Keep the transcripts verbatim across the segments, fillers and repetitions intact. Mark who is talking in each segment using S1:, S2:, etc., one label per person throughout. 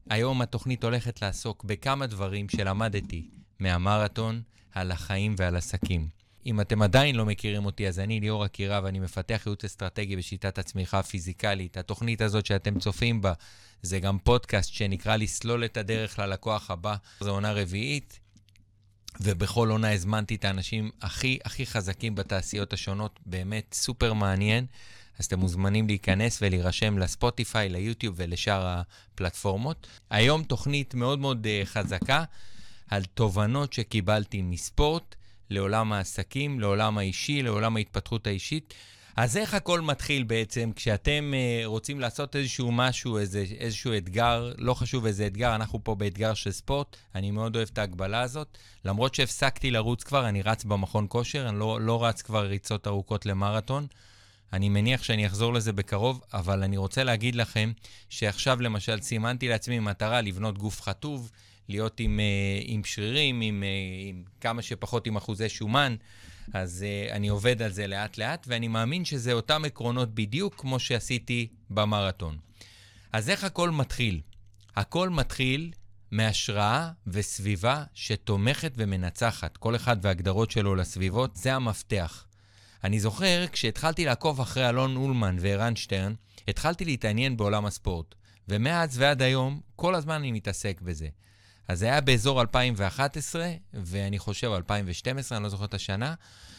S1: היום התוכנית הולכת לעסוק בכמה דברים שלמדתי מהמרתון על החיים ועל עסקים. אם אתם עדיין לא מכירים אותי, אז אני ליאור אקירה ואני מפתח ייעוץ אסטרטגי בשיטת הצמיחה הפיזיקלית. התוכנית הזאת שאתם צופים בה זה גם פודקאסט שנקרא לסלול את הדרך ללקוח הבא. זו עונה רביעית, ובכל עונה הזמנתי את האנשים הכי הכי חזקים בתעשיות השונות, באמת סופר מעניין. אז אתם מוזמנים להיכנס ולהירשם לספוטיפיי, ליוטיוב ולשאר הפלטפורמות. היום תוכנית מאוד מאוד חזקה על תובנות שקיבלתי מספורט לעולם העסקים, לעולם האישי, לעולם ההתפתחות האישית. אז איך הכל מתחיל בעצם כשאתם uh, רוצים לעשות איזשהו משהו, איזה, איזשהו אתגר, לא חשוב איזה אתגר, אנחנו פה באתגר של ספורט, אני מאוד אוהב את ההגבלה הזאת. למרות שהפסקתי לרוץ כבר, אני רץ במכון כושר, אני לא, לא רץ כבר ריצות ארוכות למרתון. אני מניח שאני אחזור לזה בקרוב, אבל אני רוצה להגיד לכם שעכשיו למשל סימנתי לעצמי מטרה לבנות גוף חטוב, להיות עם, עם שרירים, עם, עם כמה שפחות עם אחוזי שומן, אז אני עובד על זה לאט לאט, ואני מאמין שזה אותם עקרונות בדיוק כמו שעשיתי במרתון. אז איך הכל מתחיל? הכל מתחיל מהשראה וסביבה שתומכת ומנצחת. כל אחד והגדרות שלו לסביבות, זה המפתח. אני זוכר, כשהתחלתי לעקוב אחרי אלון אולמן וערן שטרן, התחלתי להתעניין בעולם הספורט. ומאז ועד היום, כל הזמן אני מתעסק בזה. אז זה היה באזור אלפיים ואחת עשרה, ואני חושב אלפיים ושתים עשרה, אני לא זוכר את השנה,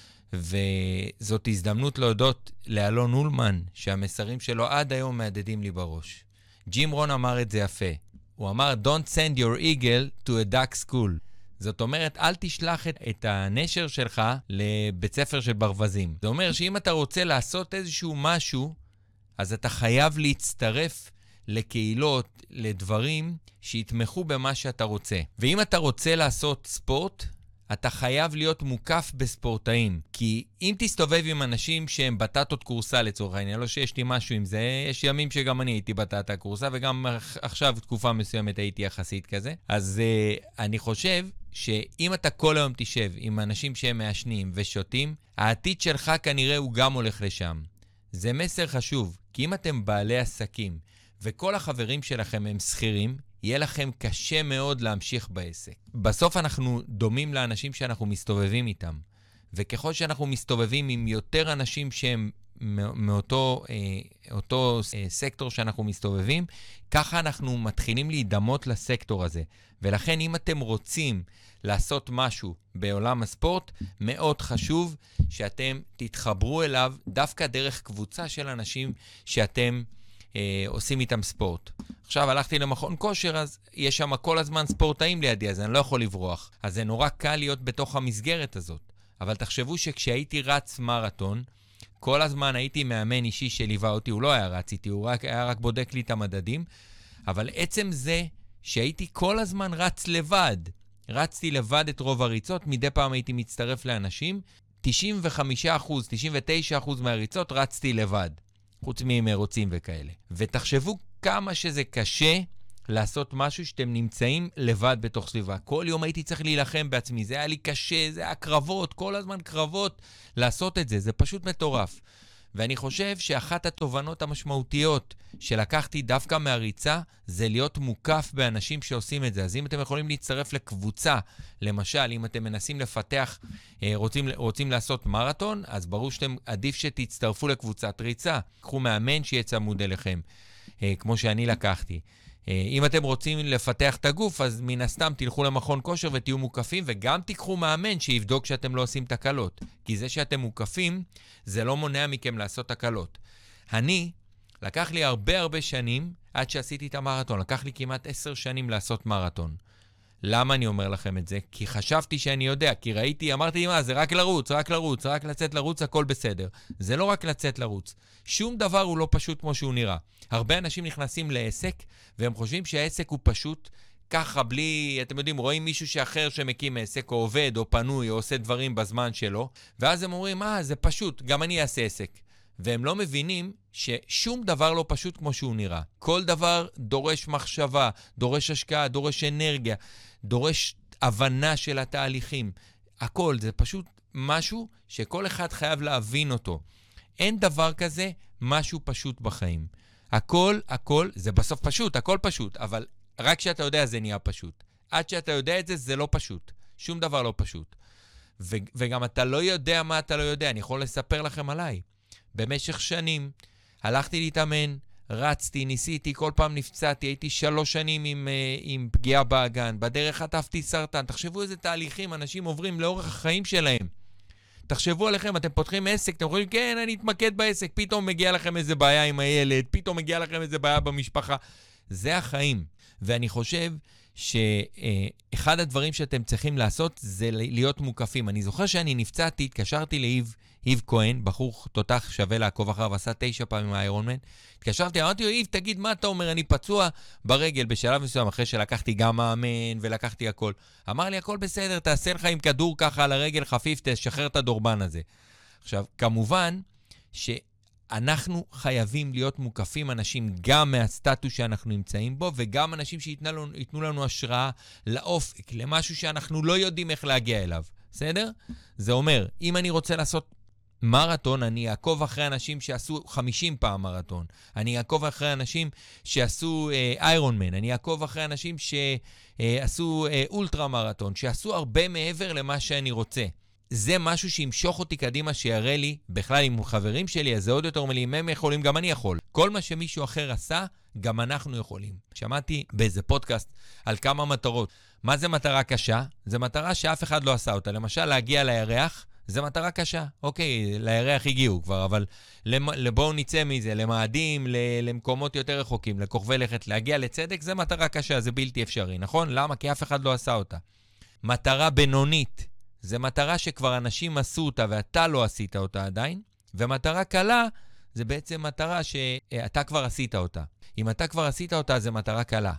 S1: וזאת הזדמנות להודות לאלון אולמן, שהמסרים שלו עד היום מהדהדים לי בראש. ג'ים רון אמר את זה יפה. הוא אמר, Don't send your eagle to a duck school. זאת אומרת, אל תשלח את, את הנשר שלך לבית ספר של ברווזים. זה אומר שאם אתה רוצה לעשות איזשהו משהו, אז אתה חייב להצטרף לקהילות, לדברים שיתמכו במה שאתה רוצה. ואם אתה רוצה לעשות ספורט, אתה חייב להיות מוקף בספורטאים. כי אם תסתובב עם אנשים שהם בטטות קורסה לצורך העניין, לא שיש לי משהו עם זה, יש ימים שגם אני הייתי בטטה קורסה, וגם עכשיו תקופה מסוימת הייתי יחסית כזה. אז uh, אני חושב שאם אתה כל היום תשב עם אנשים שהם מעשנים ושותים, העתיד שלך כנראה הוא גם הולך לשם. זה מסר חשוב, כי אם אתם בעלי עסקים, וכל החברים שלכם הם שכירים, יהיה לכם קשה מאוד להמשיך בעסק. בסוף אנחנו דומים לאנשים שאנחנו מסתובבים איתם. וככל שאנחנו מסתובבים עם יותר אנשים שהם מאותו אה, אותו, אה, סקטור שאנחנו מסתובבים, ככה אנחנו מתחילים להידמות לסקטור הזה. ולכן אם אתם רוצים לעשות משהו בעולם הספורט, מאוד חשוב שאתם תתחברו אליו דווקא דרך קבוצה של אנשים שאתם אה, עושים איתם ספורט. עכשיו הלכתי למכון כושר, אז יש שם כל הזמן ספורטאים לידי, אז אני לא יכול לברוח. אז זה נורא קל להיות בתוך המסגרת הזאת. אבל תחשבו שכשהייתי רץ מרתון, כל הזמן הייתי מאמן אישי שליווה אותי, הוא לא היה רץ איתי, הוא רק, היה רק בודק לי את המדדים, אבל עצם זה שהייתי כל הזמן רץ לבד, רצתי לבד את רוב הריצות, מדי פעם הייתי מצטרף לאנשים, תשעים וחמישה אחוז, תשעים ותשעה אחוז מהריצות רצתי לבד, חוץ ממרוצים וכאלה. ותחשבו כמה שזה קשה לעשות משהו שאתם נמצאים לבד בתוך סביבה. כל יום הייתי צריך להילחם בעצמי, זה היה לי קשה, זה היה קרבות, כל הזמן קרבות לעשות את זה, זה פשוט מטורף. ואני חושב שאחת התובנות המשמעותיות שלקחתי דווקא מהריצה, זה להיות מוקף באנשים שעושים את זה. אז אם אתם יכולים להצטרף לקבוצה, למשל, אם אתם מנסים לפתח, רוצים, רוצים לעשות מרתון, אז ברור שאתם עדיף שתצטרפו לקבוצת ריצה. קחו מאמן שיהיה צמוד אליכם, כמו שאני לקחתי. אם אתם רוצים לפתח את הגוף, אז מן הסתם תלכו למכון כושר ותהיו מוקפים, וגם תיקחו מאמן שיבדוק שאתם לא עושים תקלות. כי זה שאתם מוקפים, זה לא מונע מכם לעשות תקלות. אני, לקח לי הרבה הרבה שנים עד שעשיתי את המרתון. לקח לי כמעט עשר שנים לעשות מרתון. למה אני אומר לכם את זה? כי חשבתי שאני יודע, כי ראיתי, אמרתי, מה, זה רק לרוץ, רק לרוץ, רק לצאת לרוץ, הכל בסדר. זה לא רק לצאת לרוץ. שום דבר הוא לא פשוט כמו שהוא נראה. הרבה אנשים נכנסים לעסק, והם חושבים שהעסק הוא פשוט ככה, בלי, אתם יודעים, רואים מישהו שאחר שמקים עסק, או עובד, או פנוי, או עושה דברים בזמן שלו, ואז הם אומרים, אה, זה פשוט, גם אני אעשה עסק. והם לא מבינים ששום דבר לא פשוט כמו שהוא נראה. כל דבר דורש מחשבה, דורש השקעה, דורש אנרגיה, דורש הבנה של התהליכים. הכל, זה פשוט משהו שכל אחד חייב להבין אותו. אין דבר כזה משהו פשוט בחיים. הכל, הכל, זה בסוף פשוט, הכל פשוט, אבל רק כשאתה יודע זה נהיה פשוט. עד שאתה יודע את זה, זה לא פשוט. שום דבר לא פשוט. ו- וגם אתה לא יודע מה אתה לא יודע. אני יכול לספר לכם עליי. במשך שנים הלכתי להתאמן, רצתי, ניסיתי, כל פעם נפצעתי, הייתי שלוש שנים עם, עם פגיעה באגן, בדרך חטפתי סרטן. תחשבו איזה תהליכים אנשים עוברים לאורך החיים שלהם. תחשבו עליכם, אתם פותחים עסק, אתם יכולים, כן, אני אתמקד בעסק, פתאום מגיע לכם איזה בעיה עם הילד, פתאום מגיע לכם איזה בעיה במשפחה. זה החיים. ואני חושב שאחד הדברים שאתם צריכים לעשות זה להיות מוקפים. אני זוכר שאני נפצעתי, התקשרתי לאיב, איב כהן, בחור תותח שווה לעקוב אחריו, עשה תשע פעמים האיירונמן. התקשרתי, אמרתי לו, איב, תגיד מה אתה אומר, אני פצוע ברגל בשלב מסוים, אחרי שלקחתי גם מאמן ולקחתי הכל. אמר לי, הכל בסדר, תעשה לך עם כדור ככה על הרגל חפיף, תשחרר את הדורבן הזה. עכשיו, כמובן שאנחנו חייבים להיות מוקפים אנשים גם מהסטטוס שאנחנו נמצאים בו, וגם אנשים שיתנו לנו השראה לאופק, למשהו שאנחנו לא יודעים איך להגיע אליו. בסדר? זה אומר, אם אני רוצה לעשות מרתון, אני אעקוב אחרי אנשים שעשו חמישים פעם מרתון. אני אעקוב אחרי אנשים שעשו איירונמן. אני אעקוב אחרי אנשים שעשו אה, אולטרה מרתון, שעשו הרבה מעבר למה שאני רוצה. זה משהו שימשוך אותי קדימה, שיראה לי, בכלל עם חברים שלי, אז זה עוד יותר אומר לי, אם הם יכולים, גם אני יכול. כל מה שמישהו אחר עשה, גם אנחנו יכולים. שמעתי באיזה פודקאסט על כמה מטרות. מה זה מטרה קשה? זה מטרה שאף אחד לא עשה אותה. למשל, להגיע לירח, זה מטרה קשה. אוקיי, לירח הגיעו כבר, אבל בואו נצא מזה, למאדים, למקומות יותר רחוקים, לכוכבי לכת, להגיע לצדק, זה מטרה קשה, זה בלתי אפשרי, נכון? למה? כי אף אחד לא עשה אותה. מטרה בינונית, זה מטרה שכבר אנשים עשו אותה ואתה לא עשית אותה עדיין, ומטרה קלה זה בעצם מטרה שאתה כבר עשית אותה. אם אתה כבר עשית אותה, זה מטרה קלה.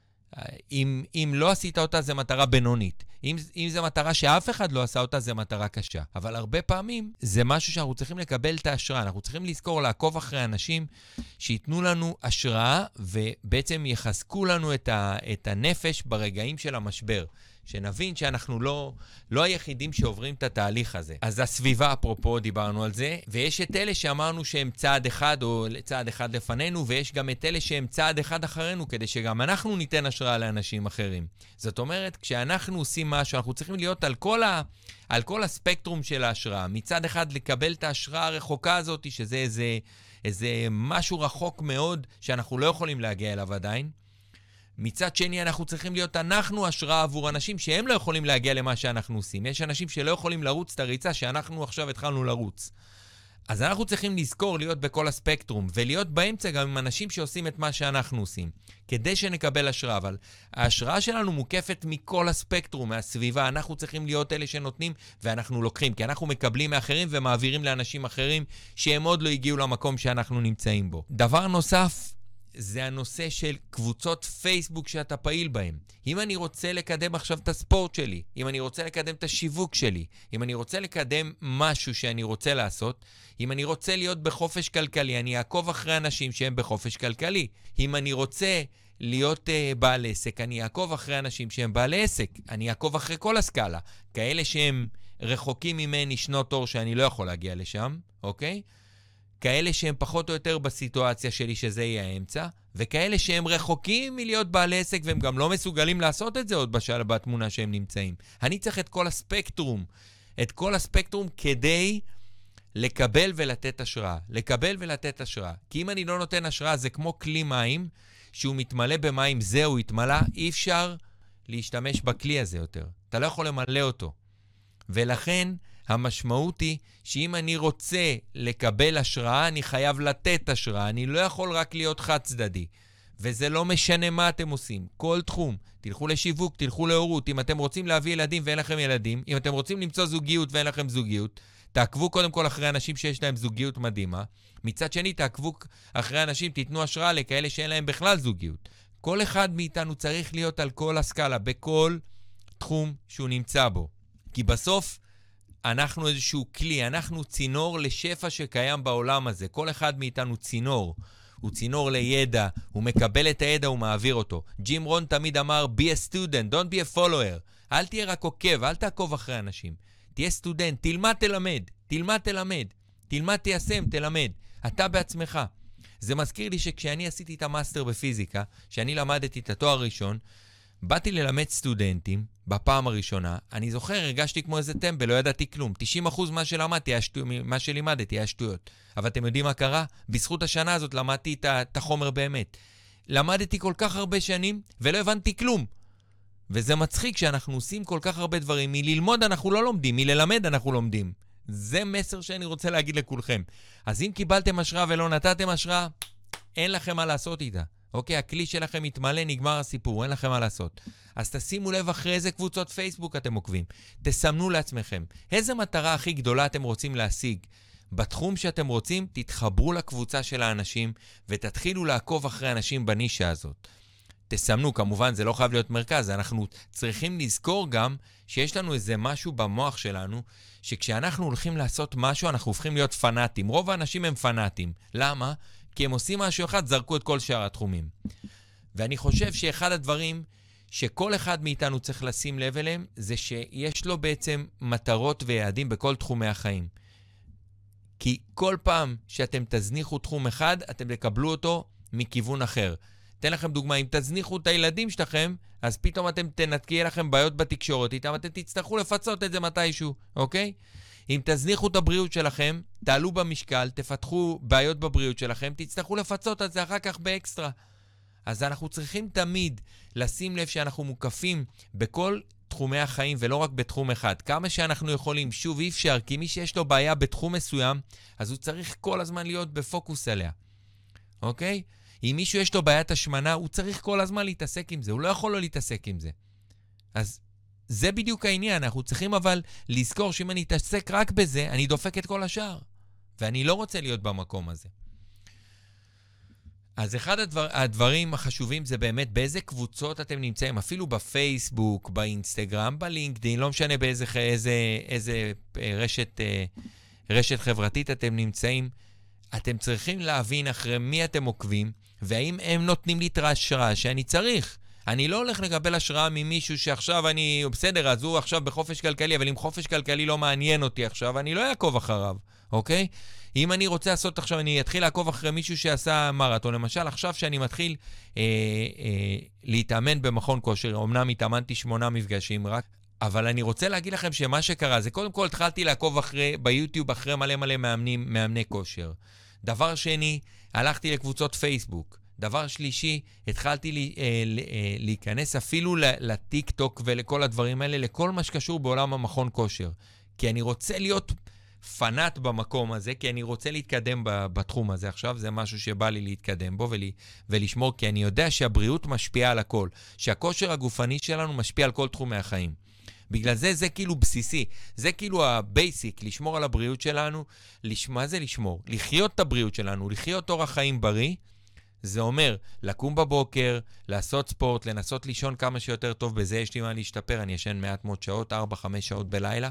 S1: אם, אם לא עשית אותה, זה מטרה בינונית. אם, אם זה מטרה שאף אחד לא עשה אותה, זה מטרה קשה. אבל הרבה פעמים זה משהו שאנחנו צריכים לקבל את ההשראה. אנחנו צריכים לזכור, לעקוב אחרי אנשים שיתנו לנו השראה, ובעצם יחזקו לנו את, ה, את הנפש ברגעים של המשבר. שנבין שאנחנו לא, לא היחידים שעוברים את התהליך הזה. אז הסביבה, אפרופו, דיברנו על זה, ויש את אלה שאמרנו שהם צעד אחד או צעד אחד לפנינו, ויש גם את אלה שהם צעד אחד אחרינו, כדי שגם אנחנו ניתן השראה לאנשים אחרים. זאת אומרת, כשאנחנו עושים משהו, אנחנו צריכים להיות על כל, ה, על כל הספקטרום של ההשראה. מצד אחד, לקבל את ההשראה הרחוקה הזאת, שזה איזה, איזה משהו רחוק מאוד, שאנחנו לא יכולים להגיע אליו עדיין. מצד שני, אנחנו צריכים להיות אנחנו השראה עבור אנשים שהם לא יכולים להגיע למה שאנחנו עושים. יש אנשים שלא יכולים לרוץ את הריצה שאנחנו עכשיו התחלנו לרוץ. אז אנחנו צריכים לזכור להיות בכל הספקטרום, ולהיות באמצע גם עם אנשים שעושים את מה שאנחנו עושים, כדי שנקבל השראה. אבל ההשראה שלנו מוקפת מכל הספקטרום, מהסביבה. אנחנו צריכים להיות אלה שנותנים, ואנחנו לוקחים, כי אנחנו מקבלים מאחרים ומעבירים לאנשים אחרים שהם עוד לא הגיעו למקום שאנחנו נמצאים בו. דבר נוסף, זה הנושא של קבוצות פייסבוק שאתה פעיל בהם. אם אני רוצה לקדם עכשיו את הספורט שלי, אם אני רוצה לקדם את השיווק שלי, אם אני רוצה לקדם משהו שאני רוצה לעשות, אם אני רוצה להיות בחופש כלכלי, אני אעקוב אחרי אנשים שהם בחופש כלכלי. אם אני רוצה להיות uh, בעל עסק, אני אעקוב אחרי אנשים שהם בעלי עסק. אני אעקוב אחרי כל הסקאלה. כאלה שהם רחוקים ממני שנות אור שאני לא יכול להגיע לשם, אוקיי? כאלה שהם פחות או יותר בסיטואציה שלי שזה יהיה האמצע, וכאלה שהם רחוקים מלהיות בעלי עסק והם גם לא מסוגלים לעשות את זה עוד בשל בתמונה שהם נמצאים. אני צריך את כל הספקטרום, את כל הספקטרום כדי לקבל ולתת השראה. לקבל ולתת השראה. כי אם אני לא נותן השראה, זה כמו כלי מים, שהוא מתמלא במים, זהו, התמלא, אי אפשר להשתמש בכלי הזה יותר. אתה לא יכול למלא אותו. ולכן המשמעות היא שאם אני רוצה לקבל השראה, אני חייב לתת השראה. אני לא יכול רק להיות חד צדדי. וזה לא משנה מה אתם עושים. כל תחום. תלכו לשיווק, תלכו להורות. אם אתם רוצים להביא ילדים ואין לכם ילדים, אם אתם רוצים למצוא זוגיות ואין לכם זוגיות, תעקבו קודם כל אחרי אנשים שיש להם זוגיות מדהימה. מצד שני, תעקבו אחרי אנשים, תיתנו השראה לכאלה שאין להם בכלל זוגיות. כל אחד מאיתנו צריך להיות על כל הסקאלה, בכל תחום שהוא נמצא בו. כי בסוף אנחנו איזשהו כלי, אנחנו צינור לשפע שקיים בעולם הזה. כל אחד מאיתנו צינור. הוא צינור לידע, הוא מקבל את הידע, הוא מעביר אותו. ג'ים רון תמיד אמר, be a student, don't be a follower. אל תהיה רק עוקב, אל תעקוב אחרי אנשים. תהיה סטודנט, תלמד תלמד, תלמד תלמד, תלמד תיישם, תלמד. אתה בעצמך. זה מזכיר לי שכשאני עשיתי את המאסטר בפיזיקה, שאני למדתי את התואר הראשון, באתי ללמד סטודנטים בפעם הראשונה, אני זוכר, הרגשתי כמו איזה טמבל, לא ידעתי כלום. תשעים אחוז מה שלמדתי, מה שלימדתי, היה שטויות. אבל אתם יודעים מה קרה? בזכות השנה הזאת למדתי את החומר באמת. למדתי כל כך הרבה שנים ולא הבנתי כלום. וזה מצחיק שאנחנו עושים כל כך הרבה דברים. מללמוד אנחנו לא לומדים, מללמד אנחנו לומדים. זה מסר שאני רוצה להגיד לכולכם. אז אם קיבלתם השראה ולא נתתם השראה, אין לכם מה לעשות איתה. אוקיי, הכלי שלכם מתמלא, נגמר הסיפור, אין לכם מה לעשות. אז תשימו לב אחרי איזה קבוצות פייסבוק אתם עוקבים. תסמנו לעצמכם. איזה מטרה הכי גדולה אתם רוצים להשיג? בתחום שאתם רוצים, תתחברו לקבוצה של האנשים, ותתחילו לעקוב אחרי אנשים בנישה הזאת. תסמנו, כמובן, זה לא חייב להיות מרכז, אנחנו צריכים לזכור גם שיש לנו איזה משהו במוח שלנו, שכשאנחנו הולכים לעשות משהו, אנחנו הופכים להיות פנאטים. רוב האנשים הם פנאטים. למה? כי הם עושים משהו אחד, זרקו את כל שאר התחומים. ואני חושב שאחד הדברים שכל אחד מאיתנו צריך לשים לב אליהם, זה שיש לו בעצם מטרות ויעדים בכל תחומי החיים. כי כל פעם שאתם תזניחו תחום אחד, אתם תקבלו אותו מכיוון אחר. אתן לכם דוגמה, אם תזניחו את הילדים שלכם, אז פתאום אתם תנתקי לכם בעיות בתקשורת איתם, אתם תצטרכו לפצות את זה מתישהו, אוקיי? אם תזניחו את הבריאות שלכם, תעלו במשקל, תפתחו בעיות בבריאות שלכם, תצטרכו לפצות את זה אחר כך באקסטרה. אז אנחנו צריכים תמיד לשים לב שאנחנו מוקפים בכל תחומי החיים ולא רק בתחום אחד. כמה שאנחנו יכולים, שוב אי אפשר, כי מי שיש לו בעיה בתחום מסוים, אז הוא צריך כל הזמן להיות בפוקוס עליה. אוקיי? אם מישהו יש לו בעיית השמנה, הוא צריך כל הזמן להתעסק עם זה, הוא לא יכול לא להתעסק עם זה. אז זה בדיוק העניין, אנחנו צריכים אבל לזכור שאם אני אתעסק רק בזה, אני דופק את כל השאר. ואני לא רוצה להיות במקום הזה. אז אחד הדבר, הדברים החשובים זה באמת באיזה קבוצות אתם נמצאים, אפילו בפייסבוק, באינסטגרם, בלינקדין, לא משנה באיזה איזה, איזה רשת, רשת חברתית אתם נמצאים, אתם צריכים להבין אחרי מי אתם עוקבים, והאם הם נותנים לי את ההשראה שאני צריך. אני לא הולך לקבל השראה ממישהו שעכשיו אני, בסדר, אז הוא עכשיו בחופש כלכלי, אבל אם חופש כלכלי לא מעניין אותי עכשיו, אני לא אעקוב אחריו, אוקיי? אם אני רוצה לעשות עכשיו, אני אתחיל לעקוב אחרי מישהו שעשה מרתון, למשל, עכשיו שאני מתחיל אה, אה, להתאמן במכון כושר, אמנם התאמנתי שמונה מפגשים רק, אבל אני רוצה להגיד לכם שמה שקרה, זה קודם כל התחלתי לעקוב אחרי, ביוטיוב אחרי מלא מלא מאמנים, מאמני כושר. דבר שני, הלכתי לקבוצות פייסבוק. דבר שלישי, התחלתי לי, אה, אה, להיכנס אפילו לטיק טוק ולכל הדברים האלה, לכל מה שקשור בעולם המכון כושר. כי אני רוצה להיות פנאט במקום הזה, כי אני רוצה להתקדם בתחום הזה עכשיו, זה משהו שבא לי להתקדם בו ול, ולשמור, כי אני יודע שהבריאות משפיעה על הכל, שהכושר הגופני שלנו משפיע על כל תחומי החיים. בגלל זה זה כאילו בסיסי, זה כאילו הבייסיק, לשמור על הבריאות שלנו, לש... מה זה לשמור? לחיות את הבריאות שלנו, לחיות אורח חיים בריא, זה אומר לקום בבוקר, לעשות ספורט, לנסות לישון כמה שיותר טוב, בזה יש לי מה להשתפר, אני ישן מעט מאוד שעות, ארבע חמש שעות בלילה.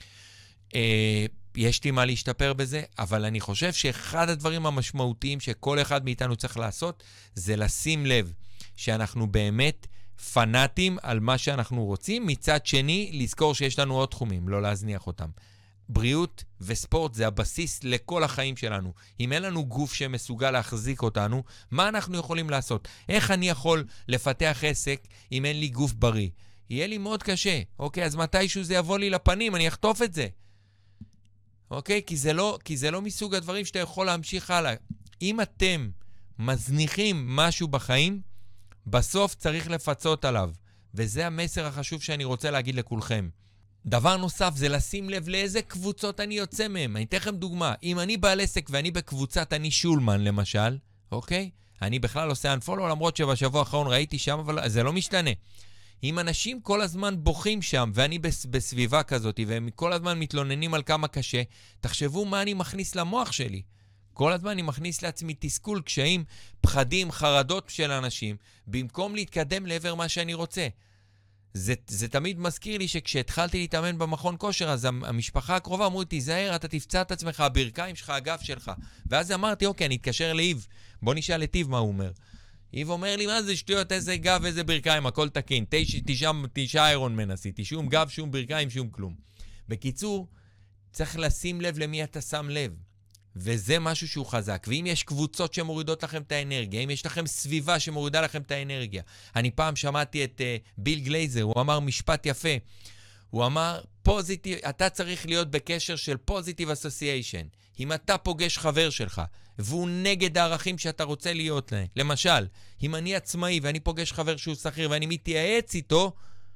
S1: אה, יש לי מה להשתפר בזה, אבל אני חושב שאחד הדברים המשמעותיים שכל אחד מאיתנו צריך לעשות, זה לשים לב שאנחנו באמת פנאטים על מה שאנחנו רוצים, מצד שני לזכור שיש לנו עוד תחומים, לא להזניח אותם. בריאות וספורט זה הבסיס לכל החיים שלנו. אם אין לנו גוף שמסוגל להחזיק אותנו, מה אנחנו יכולים לעשות? איך אני יכול לפתח עסק אם אין לי גוף בריא? יהיה לי מאוד קשה. אוקיי, אז מתישהו זה יבוא לי לפנים, אני אחטוף את זה. אוקיי? כי זה לא, כי זה לא מסוג הדברים שאתה יכול להמשיך הלאה. אם אתם מזניחים משהו בחיים, בסוף צריך לפצות עליו. וזה המסר החשוב שאני רוצה להגיד לכולכם. דבר נוסף זה לשים לב לאיזה קבוצות אני יוצא מהם. אני אתן לכם דוגמה. אם אני בעל עסק ואני בקבוצת אני שולמן למשל, אוקיי? אני בכלל עושה אנפולו, למרות שבשבוע האחרון ראיתי שם, אבל זה לא משתנה. אם אנשים כל הזמן בוכים שם, ואני בסביבה כזאת, והם כל הזמן מתלוננים על כמה קשה, תחשבו מה אני מכניס למוח שלי. כל הזמן אני מכניס לעצמי תסכול, קשיים, פחדים, חרדות של אנשים, במקום להתקדם לעבר מה שאני רוצה. זה, זה תמיד מזכיר לי שכשהתחלתי להתאמן במכון כושר, אז המשפחה הקרובה אמרו לי, תיזהר, אתה תפצע את עצמך, הברכיים שלך, הגב שלך. ואז אמרתי, אוקיי, אני אתקשר לאיב. בוא נשאל את איב מה הוא אומר. איב אומר לי, מה זה שטויות, איזה גב, איזה ברכיים, הכל תקין. תשע, תשע, תשע איירון מן עשיתי, שום גב, שום ברכיים, שום כלום. בקיצור, צריך לשים לב למי אתה שם לב. וזה משהו שהוא חזק. ואם יש קבוצות שמורידות לכם את האנרגיה, אם יש לכם סביבה שמורידה לכם את האנרגיה. אני פעם שמעתי את uh, ביל גלייזר, הוא אמר משפט יפה. הוא אמר, פוזיטיב, אתה צריך להיות בקשר של פוזיטיב אסוסיישן. אם אתה פוגש חבר שלך, והוא נגד הערכים שאתה רוצה להיות להם. למשל, אם אני עצמאי ואני פוגש חבר שהוא שכיר ואני מתייעץ איתו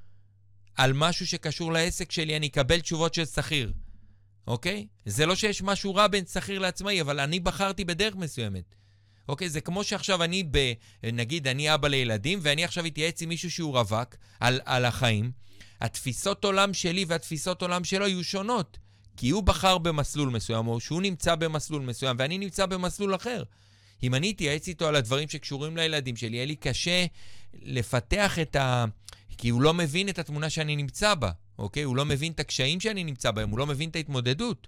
S1: על משהו שקשור לעסק שלי, אני אקבל תשובות של שכיר. אוקיי? זה לא שיש משהו רע בין שכיר לעצמאי, אבל אני בחרתי בדרך מסוימת. אוקיי? זה כמו שעכשיו אני, ב, נגיד, אני אבא לילדים, ואני עכשיו אתייעץ עם מישהו שהוא רווק על, על החיים. התפיסות עולם שלי והתפיסות עולם שלו יהיו שונות. כי הוא בחר במסלול מסוים, או שהוא נמצא במסלול מסוים, ואני נמצא במסלול אחר. אם אני אתייעץ איתו על הדברים שקשורים לילדים שלי, יהיה לי קשה לפתח את ה... כי הוא לא מבין את התמונה שאני נמצא בה, אוקיי? הוא לא מבין את הקשיים שאני נמצא בהם, הוא לא מבין את ההתמודדות.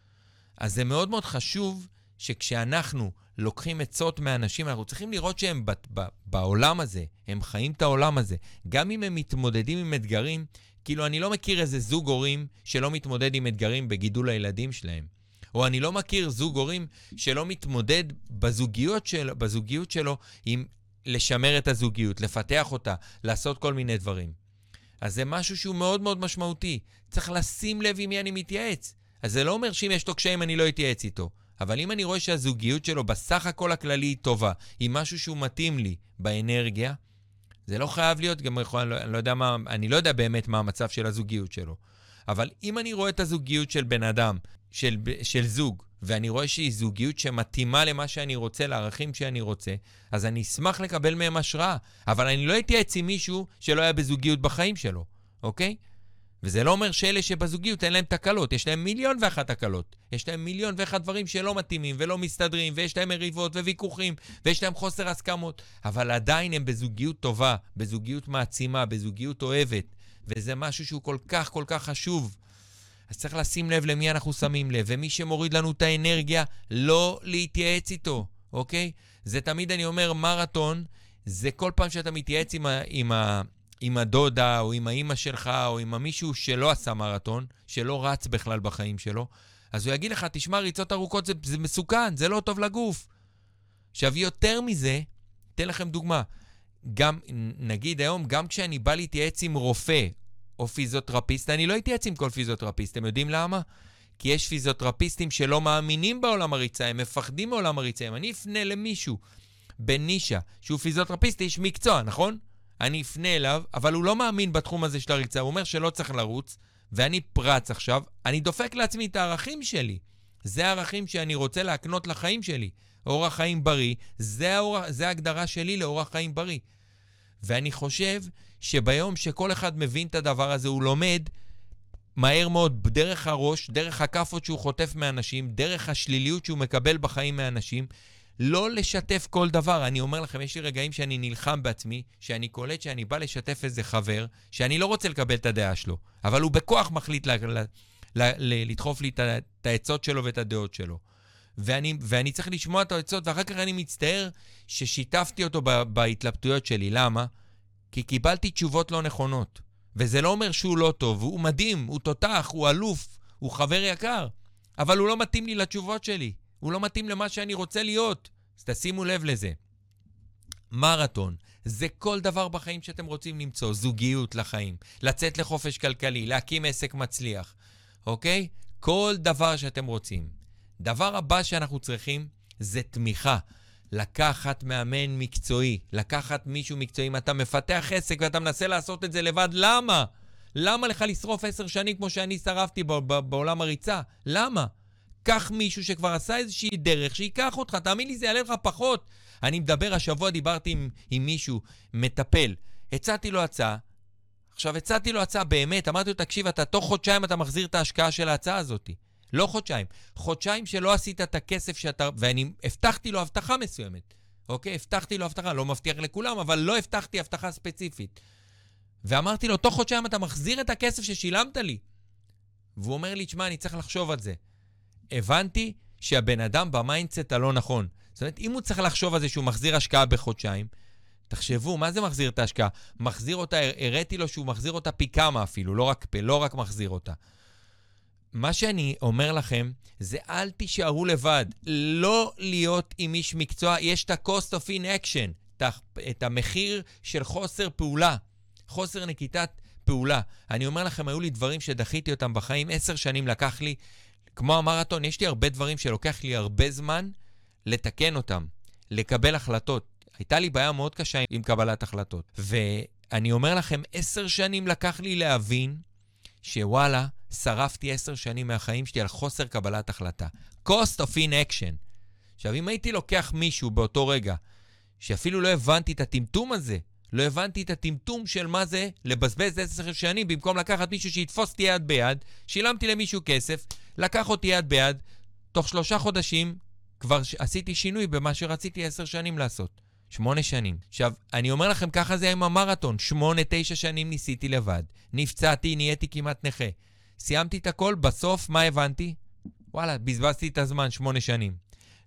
S1: אז זה מאוד מאוד חשוב שכשאנחנו לוקחים עצות מאנשים, אנחנו צריכים לראות שהם ב- ב- בעולם הזה, הם חיים את העולם הזה. גם אם הם מתמודדים עם אתגרים, כאילו אני לא מכיר איזה זוג הורים שלא מתמודד עם אתגרים בגידול הילדים שלהם. או אני לא מכיר זוג הורים שלא מתמודד בזוגיות שלו, בזוגיות שלו עם לשמר את הזוגיות, לפתח אותה, לעשות כל מיני דברים. אז זה משהו שהוא מאוד מאוד משמעותי. צריך לשים לב עם מי אני מתייעץ. אז זה לא אומר שאם יש לו קשיים אני לא אתייעץ איתו. אבל אם אני רואה שהזוגיות שלו בסך הכל הכללי היא טובה, היא משהו שהוא מתאים לי באנרגיה, זה לא חייב להיות, גם אני לא, אני לא יודע מה, אני לא יודע באמת מה המצב של הזוגיות שלו. אבל אם אני רואה את הזוגיות של בן אדם, של, של זוג, ואני רואה שהיא זוגיות שמתאימה למה שאני רוצה, לערכים שאני רוצה, אז אני אשמח לקבל מהם השראה. אבל אני לא אתייעץ עם מישהו שלא היה בזוגיות בחיים שלו, אוקיי? וזה לא אומר שאלה שבזוגיות אין להם תקלות. יש להם מיליון ואחת תקלות. יש להם מיליון ואחת דברים שלא מתאימים ולא מסתדרים, ויש להם מריבות וויכוחים, ויש להם חוסר הסכמות. אבל עדיין הם בזוגיות טובה, בזוגיות מעצימה, בזוגיות אוהבת. וזה משהו שהוא כל כך כל כך חשוב. אז צריך לשים לב למי אנחנו שמים לב, ומי שמוריד לנו את האנרגיה, לא להתייעץ איתו, אוקיי? זה תמיד אני אומר, מרתון, זה כל פעם שאתה מתייעץ עם, ה, עם, ה, עם הדודה, או עם האמא שלך, או עם מישהו שלא עשה מרתון, שלא רץ בכלל בחיים שלו, אז הוא יגיד לך, תשמע, ריצות ארוכות זה, זה מסוכן, זה לא טוב לגוף. עכשיו, יותר מזה, אתן לכם דוגמה, גם, נגיד היום, גם כשאני בא להתייעץ עם רופא, או פיזיותרפיסט, אני לא אתייעץ עם כל פיזיותרפיסט. אתם יודעים למה? כי יש פיזיותרפיסטים שלא מאמינים בעולם הריצה, הם מפחדים מעולם הריצה. אני אפנה למישהו בנישה, שהוא פיזיותרפיסט, איש מקצוע, נכון? אני אפנה אליו, אבל הוא לא מאמין בתחום הזה של הריצה. הוא אומר שלא צריך לרוץ, ואני פרץ עכשיו, אני דופק לעצמי את הערכים שלי. זה הערכים שאני רוצה להקנות לחיים שלי. אורח חיים בריא, זה, האור... זה ההגדרה שלי לאורח חיים בריא. ואני חושב שביום שכל אחד מבין את הדבר הזה, הוא לומד מהר מאוד דרך הראש, דרך הכפות שהוא חוטף מאנשים, דרך השליליות שהוא מקבל בחיים מאנשים, לא לשתף כל דבר. אני אומר לכם, יש לי רגעים שאני נלחם בעצמי, שאני קולט שאני בא לשתף איזה חבר, שאני לא רוצה לקבל את הדעה שלו, אבל הוא בכוח מחליט ל- ל- ל- ל- לדחוף לי את העצות שלו ואת הדעות שלו. ואני, ואני צריך לשמוע את העצות, ואחר כך אני מצטער ששיתפתי אותו ב- בהתלבטויות שלי. למה? כי קיבלתי תשובות לא נכונות. וזה לא אומר שהוא לא טוב, הוא מדהים, הוא תותח, הוא אלוף, הוא חבר יקר. אבל הוא לא מתאים לי לתשובות שלי. הוא לא מתאים למה שאני רוצה להיות. אז תשימו לב לזה. מרתון, זה כל דבר בחיים שאתם רוצים למצוא. זוגיות לחיים, לצאת לחופש כלכלי, להקים עסק מצליח. אוקיי? כל דבר שאתם רוצים. דבר הבא שאנחנו צריכים זה תמיכה. לקחת מאמן מקצועי, לקחת מישהו מקצועי. אם אתה מפתח עסק ואתה מנסה לעשות את זה לבד, למה? למה לך לשרוף עשר שנים כמו שאני שרפתי ב- ב- בעולם הריצה? למה? קח מישהו שכבר עשה איזושהי דרך, שיקח אותך, תאמין לי זה יעלה לך פחות. אני מדבר, השבוע דיברתי עם, עם מישהו, מטפל, הצעתי לו הצעה, עכשיו הצעתי לו הצעה באמת, אמרתי לו, תקשיב, אתה תוך חודשיים אתה מחזיר את ההשקעה של ההצעה הזאת. לא חודשיים. חודשיים שלא עשית את הכסף שאתה... ואני הבטחתי לו הבטחה מסוימת. אוקיי? הבטחתי לו הבטחה. לא מבטיח לכולם, אבל לא הבטחתי הבטחה ספציפית. ואמרתי לו, תוך חודשיים אתה מחזיר את הכסף ששילמת לי. והוא אומר לי, תשמע, אני צריך לחשוב על זה. הבנתי שהבן אדם במיינדסט הלא נכון. זאת אומרת, אם הוא צריך לחשוב על זה שהוא מחזיר השקעה בחודשיים, תחשבו, מה זה מחזיר את ההשקעה? מחזיר אותה, הראיתי לו שהוא מחזיר אותה פי כמה אפילו, לא רק, לא רק מחזיר אותה. מה שאני אומר לכם, זה אל תישארו לבד. לא להיות עם איש מקצוע, יש את ה-cost of inaction, את המחיר של חוסר פעולה, חוסר נקיטת פעולה. אני אומר לכם, היו לי דברים שדחיתי אותם בחיים, עשר שנים לקח לי, כמו המרתון, יש לי הרבה דברים שלוקח לי הרבה זמן לתקן אותם, לקבל החלטות. הייתה לי בעיה מאוד קשה עם קבלת החלטות. ואני אומר לכם, עשר שנים לקח לי להבין שוואלה, שרפתי עשר שנים מהחיים שלי על חוסר קבלת החלטה. cost of inaction. עכשיו, אם הייתי לוקח מישהו באותו רגע, שאפילו לא הבנתי את הטמטום הזה, לא הבנתי את הטמטום של מה זה לבזבז עשר שנים, במקום לקחת מישהו שיתפוס אותי יד ביד, שילמתי למישהו כסף, לקח אותי יד ביד, תוך שלושה חודשים כבר עשיתי שינוי במה שרציתי עשר שנים לעשות. שמונה שנים. עכשיו, אני אומר לכם, ככה זה עם המרתון. שמונה, תשע שנים ניסיתי לבד. נפצעתי, נהייתי כמעט נכה. סיימתי את הכל, בסוף, מה הבנתי? וואלה, בזבזתי את הזמן, שמונה שנים.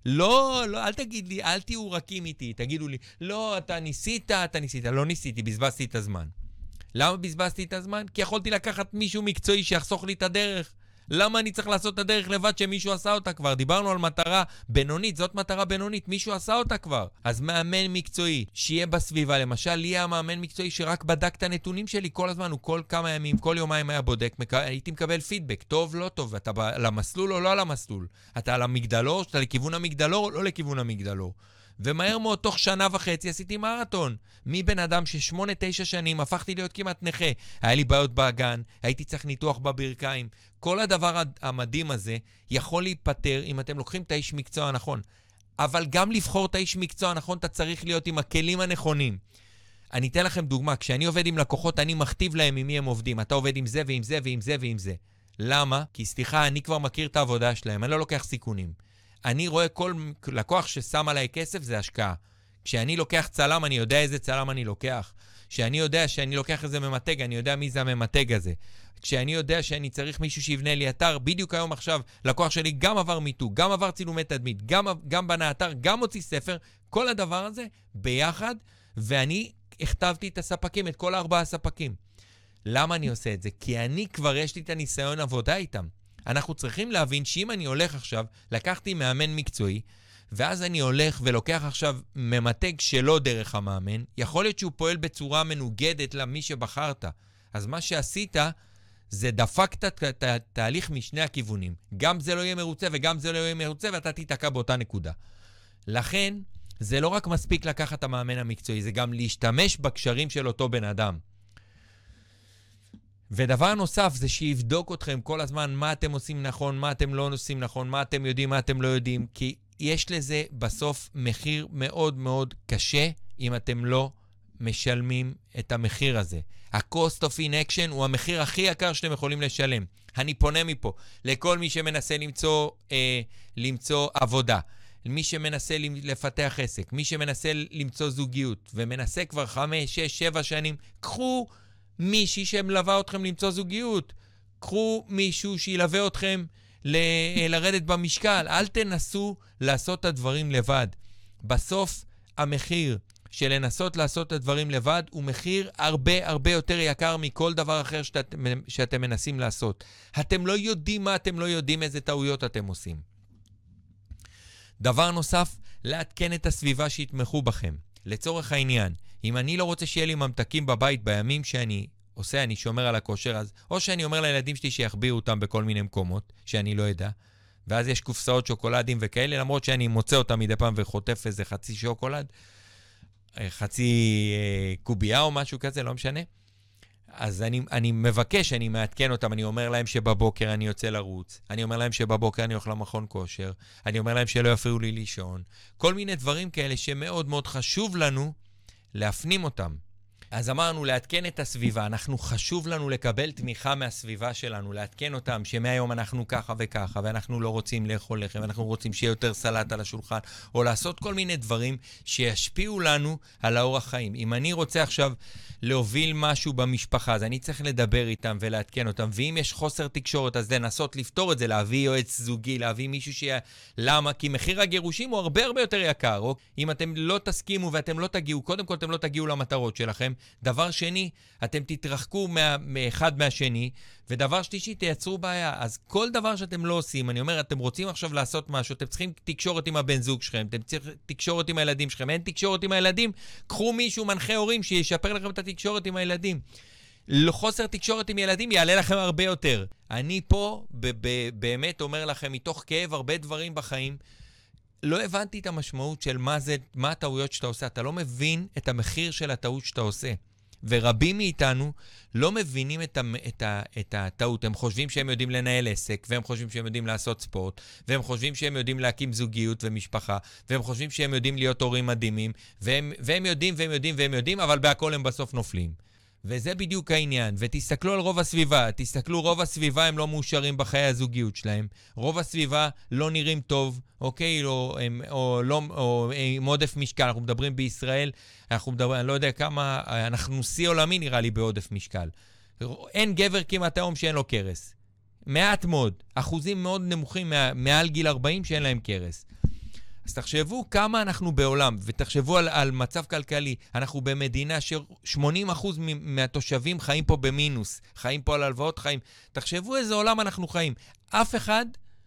S1: לא, לא, אל תגיד לי, אל תהיו רכים איתי. תגידו לי, לא, אתה ניסית, אתה ניסית. לא ניסיתי, בזבזתי את הזמן. למה בזבזתי את הזמן? כי יכולתי לקחת מישהו מקצועי שיחסוך לי את הדרך. למה אני צריך לעשות את הדרך לבד שמישהו עשה אותה כבר? דיברנו על מטרה בינונית, זאת מטרה בינונית, מישהו עשה אותה כבר. אז מאמן מקצועי, שיהיה בסביבה, למשל, לי היה מאמן מקצועי שרק בדק את הנתונים שלי כל הזמן, הוא כל כמה ימים, כל יומיים היה בודק, מק... הייתי מקבל פידבק, טוב, לא טוב, אתה על המסלול או לא על המסלול? אתה על המגדלור, אתה לכיוון המגדלור או לא לכיוון המגדלור? ומהר מאוד, תוך שנה וחצי, עשיתי מרתון. מבן אדם ששמונה, תשע שנים, הפכתי להיות כמעט נכה. היה לי בעיות באגן, הייתי צריך ניתוח בברכיים. כל הדבר המדהים הזה יכול להיפטר אם אתם לוקחים את האיש מקצוע הנכון. אבל גם לבחור את האיש מקצוע הנכון, אתה צריך להיות עם הכלים הנכונים. אני אתן לכם דוגמה, כשאני עובד עם לקוחות, אני מכתיב להם עם מי הם עובדים. אתה עובד עם זה ועם זה ועם זה ועם זה. למה? כי סליחה, אני כבר מכיר את העבודה שלהם, אני לא לוקח סיכונים. אני רואה כל לקוח ששם עליי כסף, זה השקעה. כשאני לוקח צלם, אני יודע איזה צלם אני לוקח. כשאני יודע שאני לוקח איזה ממתג, אני יודע מי זה הממתג הזה. כשאני יודע שאני צריך מישהו שיבנה לי אתר, בדיוק היום עכשיו, לקוח שלי גם עבר מיתוג, גם עבר צילומי תדמית, גם, גם בנה אתר, גם הוציא ספר, כל הדבר הזה ביחד, ואני הכתבתי את הספקים, את כל הארבעה הספקים. למה אני עושה את זה? כי אני כבר יש לי את הניסיון עבודה איתם. אנחנו צריכים להבין שאם אני הולך עכשיו, לקחתי מאמן מקצועי, ואז אני הולך ולוקח עכשיו ממתג שלא דרך המאמן, יכול להיות שהוא פועל בצורה מנוגדת למי שבחרת. אז מה שעשית, זה דפקת את התהליך משני הכיוונים. גם זה לא יהיה מרוצה וגם זה לא יהיה מרוצה, ואתה תתעקע באותה נקודה. לכן, זה לא רק מספיק לקחת את המאמן המקצועי, זה גם להשתמש בקשרים של אותו בן אדם. ודבר נוסף זה שיבדוק אתכם כל הזמן מה אתם עושים נכון, מה אתם לא עושים נכון, מה אתם יודעים, מה אתם לא יודעים, כי יש לזה בסוף מחיר מאוד מאוד קשה אם אתם לא משלמים את המחיר הזה. ה-cost of inaction הוא המחיר הכי יקר שאתם יכולים לשלם. אני פונה מפה לכל מי שמנסה למצוא, אה, למצוא עבודה, מי שמנסה לפתח עסק, מי שמנסה למצוא זוגיות, ומנסה כבר חמש, שש, שבע שנים, קחו מישהי שמלווה אתכם למצוא זוגיות. קחו מישהו שילווה אתכם ל- לרדת במשקל. אל תנסו לעשות את הדברים לבד. בסוף המחיר של לנסות לעשות את הדברים לבד הוא מחיר הרבה הרבה יותר יקר מכל דבר אחר שאת, שאתם מנסים לעשות. אתם לא יודעים מה אתם לא יודעים, איזה טעויות אתם עושים. דבר נוסף, לעדכן את הסביבה שיתמכו בכם. לצורך העניין, אם אני לא רוצה שיהיה לי ממתקים בבית בימים שאני עושה, אני שומר על הכושר, אז או שאני אומר לילדים שלי שיחביאו אותם בכל מיני מקומות, שאני לא יודע, ואז יש קופסאות שוקולדים וכאלה, למרות שאני מוצא אותם מדי פעם וחוטף איזה חצי שוקולד, חצי אה, קובייה או משהו כזה, לא משנה. אז אני, אני מבקש, אני מעדכן אותם, אני אומר להם שבבוקר אני יוצא לרוץ, אני אומר להם שבבוקר אני הולך למכון כושר, אני אומר להם שלא יפריעו לי לישון, כל מיני דברים כאלה שמאוד מאוד חשוב לנו להפנים אותם. אז אמרנו, לעדכן את הסביבה, אנחנו חשוב לנו לקבל תמיכה מהסביבה שלנו, לעדכן אותם שמהיום אנחנו ככה וככה, ואנחנו לא רוצים לאכול לחם, ואנחנו רוצים שיהיה יותר סלט על השולחן, או לעשות כל מיני דברים שישפיעו לנו על האורח חיים. אם אני רוצה עכשיו להוביל משהו במשפחה, אז אני צריך לדבר איתם ולעדכן אותם, ואם יש חוסר תקשורת, אז לנסות לפתור את זה, להביא יועץ זוגי, להביא מישהו שיהיה... למה? כי מחיר הגירושים הוא הרבה הרבה יותר יקר, או אם אתם לא תסכימו ואתם לא תגיעו, קודם כל אתם לא תגיעו למטרות שלכם, דבר שני, אתם תתרחקו מה, מאחד מהשני, ודבר שלישי, תייצרו בעיה. אז כל דבר שאתם לא עושים, אני אומר, אתם רוצים עכשיו לעשות משהו, אתם צריכים תקשורת עם הבן זוג שלכם, אתם צריכים תקשורת עם הילדים שלכם, אין תקשורת עם הילדים, קחו מישהו מנחה הורים שישפר לכם את התקשורת עם הילדים. חוסר תקשורת עם ילדים יעלה לכם הרבה יותר. אני פה ב- ב- באמת אומר לכם, מתוך כאב הרבה דברים בחיים, לא הבנתי את המשמעות של מה זה, מה הטעויות שאתה עושה. אתה לא מבין את המחיר של הטעות שאתה עושה. ורבים מאיתנו לא מבינים את, ה- את, ה- את הטעות. הם חושבים שהם יודעים לנהל עסק, והם חושבים שהם יודעים לעשות ספורט, והם חושבים שהם יודעים להקים זוגיות ומשפחה, והם חושבים שהם יודעים להיות הורים מדהימים, והם, והם יודעים והם יודעים והם יודעים, אבל בהכל הם בסוף נופלים. וזה בדיוק העניין, ותסתכלו על רוב הסביבה, תסתכלו, רוב הסביבה הם לא מאושרים בחיי הזוגיות שלהם, רוב הסביבה לא נראים טוב, אוקיי, או, או, לא, או עם עודף משקל, אנחנו מדברים בישראל, אנחנו מדברים, אני לא יודע כמה, אנחנו שיא עולמי נראה לי בעודף משקל. אין גבר כמעט היום שאין לו קרס. מעט מאוד, אחוזים מאוד נמוכים מעל גיל ארבעים שאין להם קרס. אז תחשבו כמה אנחנו בעולם, ותחשבו על, על מצב כלכלי. אנחנו במדינה ש-שמונים אחוז מהתושבים חיים פה במינוס, חיים פה על הלוואות חיים. תחשבו איזה עולם אנחנו חיים. אף אחד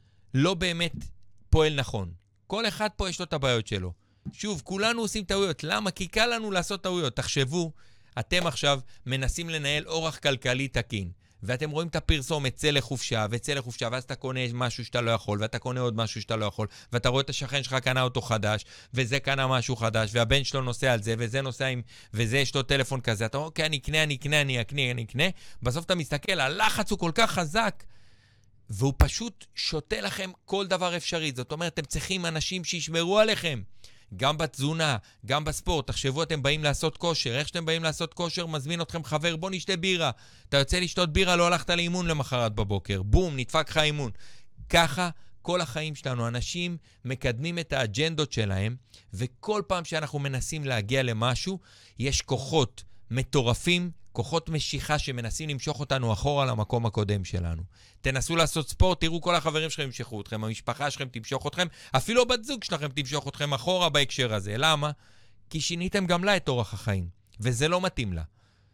S1: לא באמת פועל נכון. כל אחד פה יש לו את הבעיות שלו. שוב, כולנו עושים טעויות. למה? כי קל לנו לעשות טעויות. תחשבו, אתם עכשיו מנסים לנהל אורח כלכלי תקין. ואתם רואים את הפרסומת, צא לחופשה, וצא לחופשה, ואז אתה קונה משהו שאתה לא יכול, ואתה קונה עוד משהו שאתה לא יכול, ואתה רואה את השכן שלך קנה אותו חדש, וזה קנה משהו חדש, והבן שלו נוסע על זה, וזה נוסע עם, וזה יש לו טלפון כזה, אתה אומר, אוקיי, אני אקנה, אני אקנה, אני אקנה, אני אקנה, בסוף אתה מסתכל, הלחץ הוא כל כך חזק, והוא פשוט שותה לכם כל דבר אפשרי. זאת אומרת, אתם צריכים אנשים שישמרו עליכם. גם בתזונה, גם בספורט. תחשבו, אתם באים לעשות כושר. איך שאתם באים לעשות כושר, מזמין אתכם חבר, בוא נשתה בירה. אתה יוצא לשתות בירה, לא הלכת לאימון למחרת בבוקר. בום, נדפק לך אימון. ככה כל החיים שלנו. אנשים מקדמים את האג'נדות שלהם, וכל פעם שאנחנו מנסים להגיע למשהו, יש כוחות מטורפים, כוחות משיכה שמנסים למשוך אותנו אחורה למקום הקודם שלנו. תנסו לעשות ספורט, תראו כל החברים שלכם ימשכו אתכם, המשפחה שלכם תמשוך אתכם, אפילו בת זוג שלכם תמשוך אתכם אחורה בהקשר הזה. למה? כי שיניתם גם לה את אורח החיים, וזה לא מתאים לה.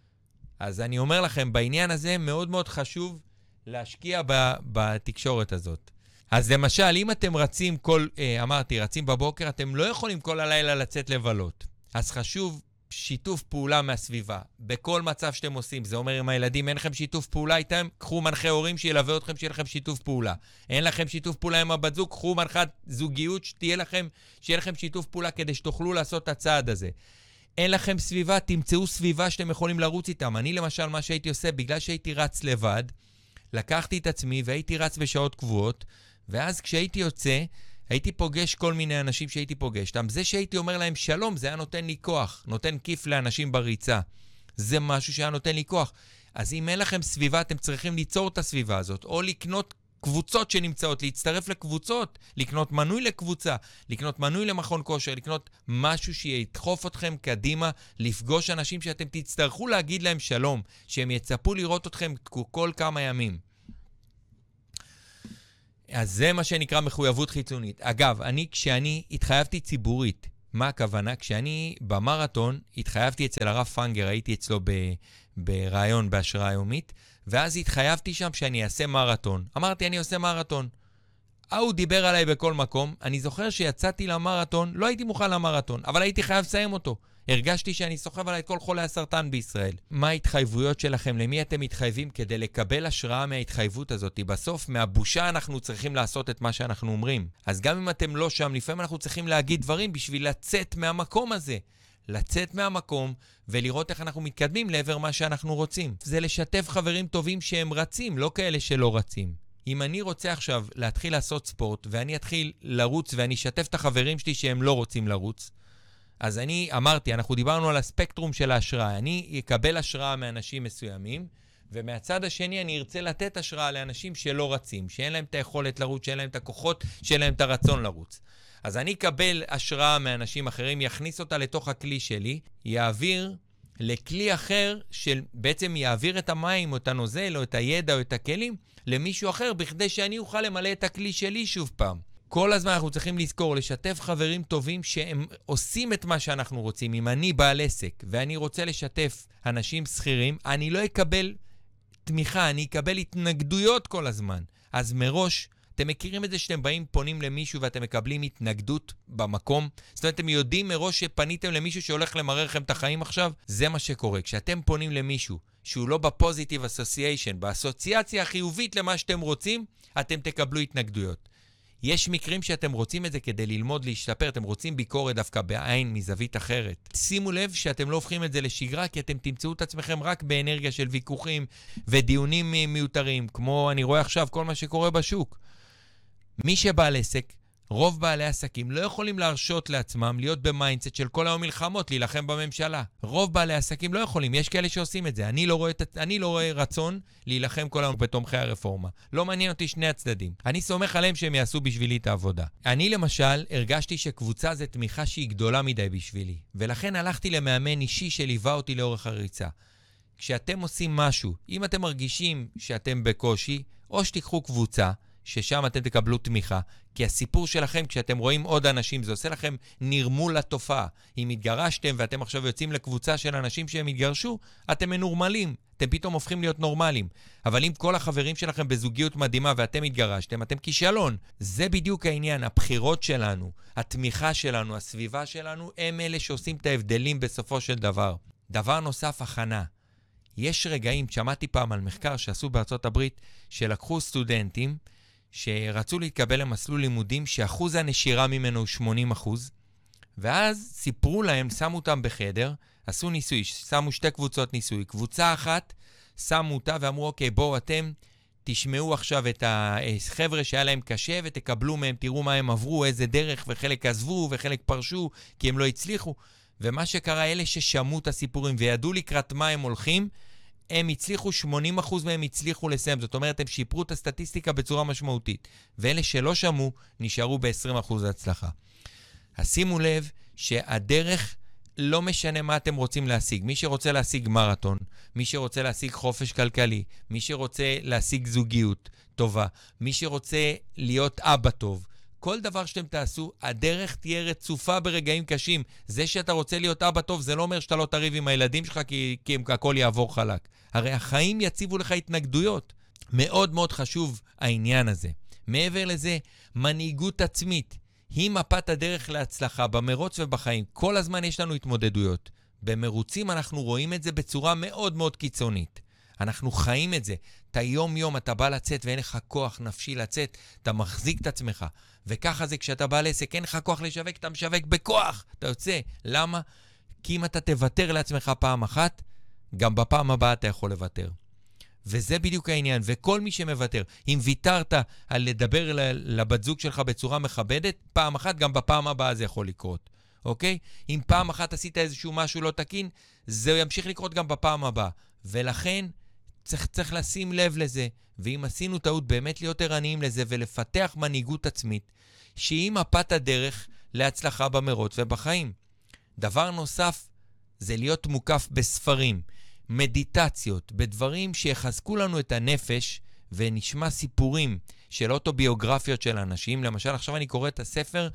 S1: אז אני אומר לכם, בעניין הזה מאוד מאוד חשוב להשקיע ב- בתקשורת הזאת. אז למשל, אם אתם רצים כל, אה, אמרתי, רצים בבוקר, אתם לא יכולים כל הלילה לצאת לבלות. אז חשוב שיתוף פעולה מהסביבה. בכל מצב שאתם עושים, זה אומר עם הילדים, אין לכם שיתוף פעולה איתם, קחו מנחה הורים שילווה אתכם, שיהיה לכם שיתוף פעולה. אין לכם שיתוף פעולה עם הבת זוג, קחו מנחת זוגיות שתהיה לכם, שיהיה לכם שיתוף פעולה כדי שתוכלו לעשות את הצעד הזה. אין לכם סביבה, תמצאו סביבה שאתם יכולים לרוץ איתם. אני למשל, מה שהייתי עושה, בגלל שהייתי רץ לבד, לקחתי את עצמי והייתי רץ בשעות קבועות, ואז כשהייתי יוצא, הייתי פוגש כל מיני אנשים שהייתי פוגש. גם זה שהייתי אומר להם שלום, זה היה נותן לי כוח, נותן כיף לאנשים בריצה. זה משהו שהיה נותן לי כוח. אז אם אין לכם סביבה, אתם צריכים ליצור את הסביבה הזאת, או לקנות קבוצות שנמצאות, להצטרף לקבוצות, לקנות מנוי לקבוצה, לקנות מנוי למכון כושר, לקנות משהו שידחוף אתכם קדימה, לפגוש אנשים שאתם תצטרכו להגיד להם שלום, שהם יצפו לראות אתכם כל כמה ימים. אז זה מה שנקרא מחויבות חיצונית. אגב, אני, כשאני התחייבתי ציבורית, מה הכוונה? כשאני במרתון, התחייבתי אצל הרב פנגר, הייתי אצלו ב, ברעיון בהשראה יומית, ואז התחייבתי שם שאני אעשה מרתון. אמרתי, אני עושה מרתון. הוא דיבר עליי בכל מקום. אני זוכר שיצאתי למרתון, לא הייתי מוכן למרתון, אבל הייתי חייב לסיים אותו. הרגשתי שאני סוחב עליי את כל חולי הסרטן בישראל. מה ההתחייבויות שלכם? למי אתם מתחייבים כדי לקבל השראה מההתחייבות הזאת? בסוף, מהבושה אנחנו צריכים לעשות את מה שאנחנו אומרים. אז גם אם אתם לא שם, לפעמים אנחנו צריכים להגיד דברים בשביל לצאת מהמקום הזה. לצאת מהמקום ולראות איך אנחנו מתקדמים לעבר מה שאנחנו רוצים. זה לשתף חברים טובים שהם רצים, לא כאלה שלא רצים. אם אני רוצה עכשיו להתחיל לעשות ספורט, ואני אתחיל לרוץ ואני אשתף את החברים שלי שהם לא רוצים לרוץ, אז אני אמרתי, אנחנו דיברנו על הספקטרום של ההשראה. אני אקבל השראה מאנשים מסוימים, ומהצד השני אני ארצה לתת השראה לאנשים שלא רצים, שאין להם את היכולת לרוץ, שאין להם את הכוחות, שאין להם את הרצון לרוץ. אז אני אקבל השראה מאנשים אחרים, יכניס אותה לתוך הכלי שלי, יעביר לכלי אחר, של בעצם יעביר את המים או את הנוזל או את הידע או את הכלים למישהו אחר, בכדי שאני אוכל למלא את הכלי שלי שוב פעם. כל הזמן אנחנו צריכים לזכור, לשתף חברים טובים שהם עושים את מה שאנחנו רוצים. אם אני בעל עסק ואני רוצה לשתף אנשים שכירים, אני לא אקבל תמיכה, אני אקבל התנגדויות כל הזמן. אז מראש, אתם מכירים את זה שאתם באים, פונים למישהו ואתם מקבלים התנגדות במקום? זאת אומרת, אתם יודעים מראש שפניתם למישהו שהולך למרר לכם את החיים עכשיו? זה מה שקורה. כשאתם פונים למישהו שהוא לא בפוזיטיב אסוסיישן, באסוציאציה החיובית למה שאתם רוצים, אתם תקבלו התנגדויות. יש מקרים שאתם רוצים את זה כדי ללמוד, להשתפר, אתם רוצים ביקורת דווקא בעין מזווית אחרת. שימו לב שאתם לא הופכים את זה לשגרה, כי אתם תמצאו את עצמכם רק באנרגיה של ויכוחים ודיונים מיותרים, כמו אני רואה עכשיו כל מה שקורה בשוק. מי שבעל עסק, רוב בעלי עסקים לא יכולים להרשות לעצמם להיות במיינדסט של כל היום מלחמות, להילחם בממשלה. רוב בעלי עסקים לא יכולים, יש כאלה שעושים את זה. אני לא רואה, אני לא רואה רצון להילחם כל היום בתומכי הרפורמה. לא מעניין אותי שני הצדדים. אני סומך עליהם שהם יעשו בשבילי את העבודה. אני למשל הרגשתי שקבוצה זה תמיכה שהיא גדולה מדי בשבילי, ולכן הלכתי למאמן אישי שליווה אותי לאורך הריצה. כשאתם עושים משהו, אם אתם מרגישים שאתם בקושי, או שתיקחו קבוצה, ששם אתם תקבלו תמיכה, כי הסיפור שלכם, כשאתם רואים עוד אנשים, זה עושה לכם נרמול לתופעה. אם התגרשתם ואתם עכשיו יוצאים לקבוצה של אנשים שהם התגרשו, אתם מנורמלים, אתם פתאום הופכים להיות נורמליים. אבל אם כל החברים שלכם בזוגיות מדהימה ואתם התגרשתם, אתם כישלון. זה בדיוק העניין, הבחירות שלנו, התמיכה שלנו, הסביבה שלנו, הם אלה שעושים את ההבדלים בסופו של דבר. דבר נוסף, הכנה. יש רגעים, שמעתי פעם על מחקר שעשו בארצות הברית, שלקחו סטודנטים, שרצו להתקבל למסלול לימודים שאחוז הנשירה ממנו הוא שמונים אחוז, ואז סיפרו להם, שמו אותם בחדר, עשו ניסוי, שמו שתי קבוצות ניסוי. קבוצה אחת, שמו אותה ואמרו, אוקיי, בואו אתם תשמעו עכשיו את החבר'ה שהיה להם קשה ותקבלו מהם, תראו מה הם עברו, איזה דרך, וחלק עזבו וחלק פרשו, כי הם לא הצליחו. ומה שקרה, אלה ששמעו את הסיפורים וידעו לקראת מה הם הולכים, הם הצליחו, שמונים אחוז מהם הצליחו לסיים. זאת אומרת, הם שיפרו את הסטטיסטיקה בצורה משמעותית. ואלה שלא שמעו, נשארו ב-עשרים אחוז הצלחה. אז שימו לב שהדרך לא משנה מה אתם רוצים להשיג. מי שרוצה להשיג מרתון, מי שרוצה להשיג חופש כלכלי, מי שרוצה להשיג זוגיות טובה, מי שרוצה להיות אבא טוב, כל דבר שאתם תעשו, הדרך תהיה רצופה ברגעים קשים. זה שאתה רוצה להיות אבא טוב, זה לא אומר שאתה לא תריב עם הילדים שלך, כי, כי הכל יעבור חלק. הרי החיים יציבו לך התנגדויות. מאוד מאוד חשוב העניין הזה. מעבר לזה, מנהיגות עצמית. היא מפת הדרך להצלחה במרוץ ובחיים. כל הזמן יש לנו התמודדויות. במרוצים אנחנו רואים את זה בצורה מאוד מאוד קיצונית. אנחנו חיים את זה. אתה יום יום, אתה בא לצאת ואין לך כוח נפשי לצאת, אתה מחזיק את עצמך. וככה זה כשאתה בא לעסק, אין לך כוח לשווק, אתה משווק בכוח. אתה יוצא. למה? כי אם אתה תוותר לעצמך פעם אחת, גם בפעם הבאה אתה יכול לוותר. וזה בדיוק העניין. וכל מי שמוותר, אם ויתרת על לדבר לבת זוג שלך בצורה מכבדת, פעם אחת, גם בפעם הבאה זה יכול לקרות. אוקיי? אם פעם אחת עשית איזשהו משהו לא תקין, זה ימשיך לקרות גם בפעם הבאה. ולכן צריך, צריך לשים לב לזה. ואם עשינו טעות, באמת להיות ערניים לזה ולפתח מנהיגות עצמית, שהיא מפת הדרך להצלחה במרוץ ובחיים. דבר נוסף, זה להיות מוקף בספרים, מדיטציות, בדברים שיחזקו לנו את הנפש, ונשמע סיפורים של אוטוביוגרפיות של אנשים. למשל, עכשיו אני קורא את הספר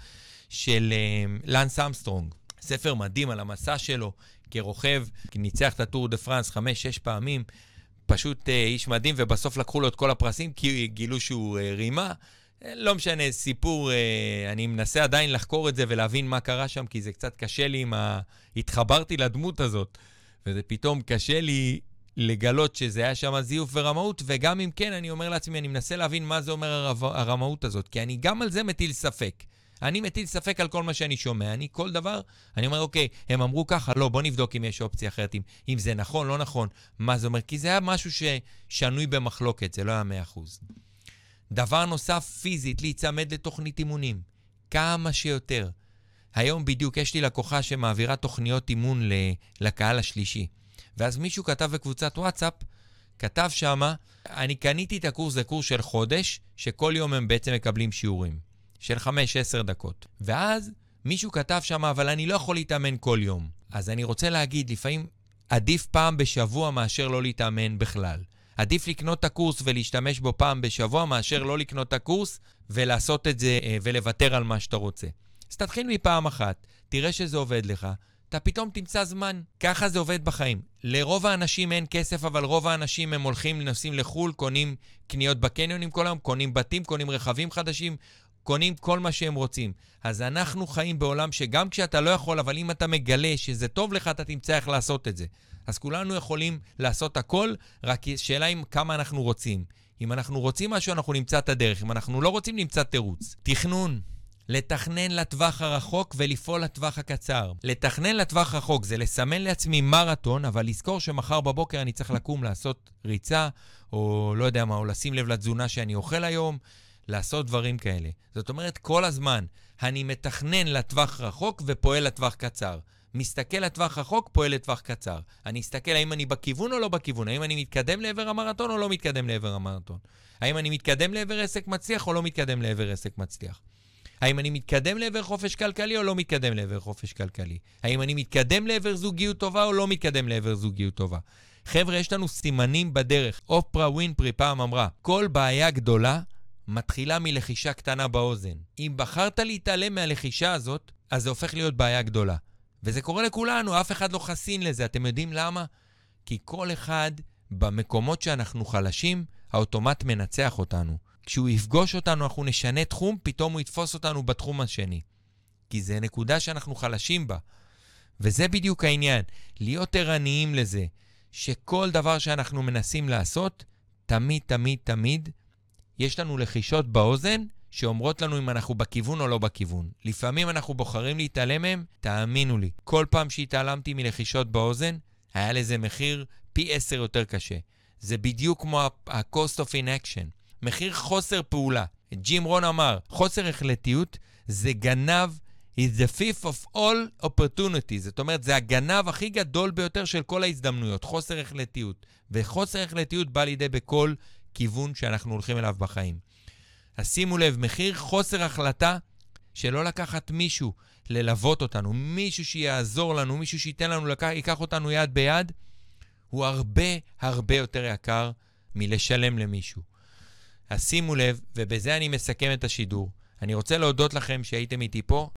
S1: של uh, לנס אמסטרונג. ספר מדהים על המסע שלו כרוכב, ניצח את הטור דה פרנס חמש, שש פעמים, פשוט uh, איש מדהים, ובסוף לקחו לו את כל הפרסים, כי גילו שהוא uh, רימה. לא משנה, סיפור, uh, אני מנסה עדיין לחקור את זה ולהבין מה קרה שם, כי זה קצת קשה לי עם ה... התחברתי לדמות הזאת, וזה פתאום קשה לי לגלות שזה היה שם זיוף ורמאות, וגם אם כן, אני אומר לעצמי, אני מנסה להבין מה זה אומר הרב... הרמאות הזאת, כי אני גם על זה מטיל ספק. אני מטיל ספק על כל מה שאני שומע. אני כל דבר, אני אומר, אוקיי, הם אמרו ככה, לא, בוא נבדוק אם יש אופציה אחרת, אם, אם זה נכון, לא נכון, מה זה אומר? כי זה היה משהו ששנוי במחלוקת, זה לא היה מאה אחוז. דבר נוסף, פיזית, להיצמד לתוכנית אימונים. כמה שיותר. היום בדיוק יש לי לקוחה שמעבירה תוכניות אימון לקהל השלישי. ואז מישהו כתב בקבוצת וואטסאפ, כתב שמה, אני קניתי את הקורס, זה קורס של חודש, שכל יום הם בעצם מקבלים שיעורים. של חמש עשר דקות. ואז מישהו כתב שמה, אבל אני לא יכול להתאמן כל יום. אז אני רוצה להגיד, לפעמים עדיף פעם בשבוע מאשר לא להתאמן בכלל. עדיף לקנות את הקורס ולהשתמש בו פעם בשבוע, מאשר לא לקנות את הקורס ולעשות את זה ולוותר על מה שאתה רוצה. אז תתחיל מפעם אחת, תראה שזה עובד לך, אתה פתאום תמצא זמן. ככה זה עובד בחיים. לרוב האנשים אין כסף, אבל רוב האנשים הם הולכים, נוסעים לחול, קונים קניות בקניונים כל היום, קונים בתים, קונים רכבים חדשים, קונים כל מה שהם רוצים. אז אנחנו חיים בעולם שגם כשאתה לא יכול, אבל אם אתה מגלה שזה טוב לך, אתה תמצא איך לעשות את זה. אז כולנו יכולים לעשות הכל, רק שאלה אם כמה אנחנו רוצים. אם אנחנו רוצים משהו, אנחנו נמצא את הדרך. אם אנחנו לא רוצים, נמצא תירוץ. תכנון. לתכנן לטווח הרחוק ולפעול לטווח הקצר. לתכנן לטווח רחוק זה לסמן לעצמי מרתון, אבל לזכור שמחר בבוקר אני צריך לקום לעשות ריצה, או לא יודע מה, או לשים לב לתזונה שאני אוכל היום, לעשות דברים כאלה. זאת אומרת, כל הזמן אני מתכנן לטווח רחוק ופועל לטווח קצר. מסתכל לטווח רחוק, פועל לטווח קצר. אני אסתכל האם אני בכיוון או לא בכיוון, האם אני מתקדם לעבר המרתון או לא מתקדם לעבר המרתון. האם אני מתקדם לעבר עסק מצליח או לא מתקדם לעבר עסק מצליח. האם אני מתקדם לעבר חופש כלכלי או לא מתקדם לעבר חופש כלכלי. האם אני מתקדם לעבר זוגיות טובה או לא מתקדם לעבר זוגיות טובה. חבר'ה, יש לנו סימנים בדרך. אופרה ווינפרי פעם אמרה, כל בעיה גדולה מתחילה מלחישה קטנה באוזן. אם בחרת להתעלם מהלחישה הזאת, אז זה הופך להיות בעיה גדולה. וזה קורה לכולנו, אף אחד לא חסין לזה. אתם יודעים למה? כי כל אחד במקומות שאנחנו חלשים, האוטומט מנצח אותנו. כשהוא יפגוש אותנו, אנחנו נשנה תחום, פתאום הוא יתפוס אותנו בתחום השני. כי זה נקודה שאנחנו חלשים בה. וזה בדיוק העניין. להיות ערניים לזה, שכל דבר שאנחנו מנסים לעשות, תמיד, תמיד, תמיד, יש לנו לחישות באוזן, שאומרות לנו אם אנחנו בכיוון או לא בכיוון. לפעמים אנחנו בוחרים להתעלם מהם, תאמינו לי. כל פעם שהתעלמתי מלחישות באוזן, היה לזה מחיר פי עשר יותר קשה. זה בדיוק כמו ה-cost of inaction. מחיר חוסר פעולה. ג'ים רון אמר, חוסר החלטיות זה גנב, is the thief of all opportunities. זאת אומרת, זה הגנב הכי גדול ביותר של כל ההזדמנויות, חוסר החלטיות. וחוסר החלטיות בא לידי בכל כיוון שאנחנו הולכים אליו בחיים. אז שימו לב, מחיר חוסר החלטה שלא לקחת מישהו ללוות אותנו, מישהו שיעזור לנו, מישהו שייתן לנו, לקח, ייקח אותנו יד ביד, הוא הרבה הרבה יותר יקר מלשלם למישהו. אז שימו לב, ובזה אני מסכם את השידור. אני רוצה להודות לכם שהייתם איתי פה.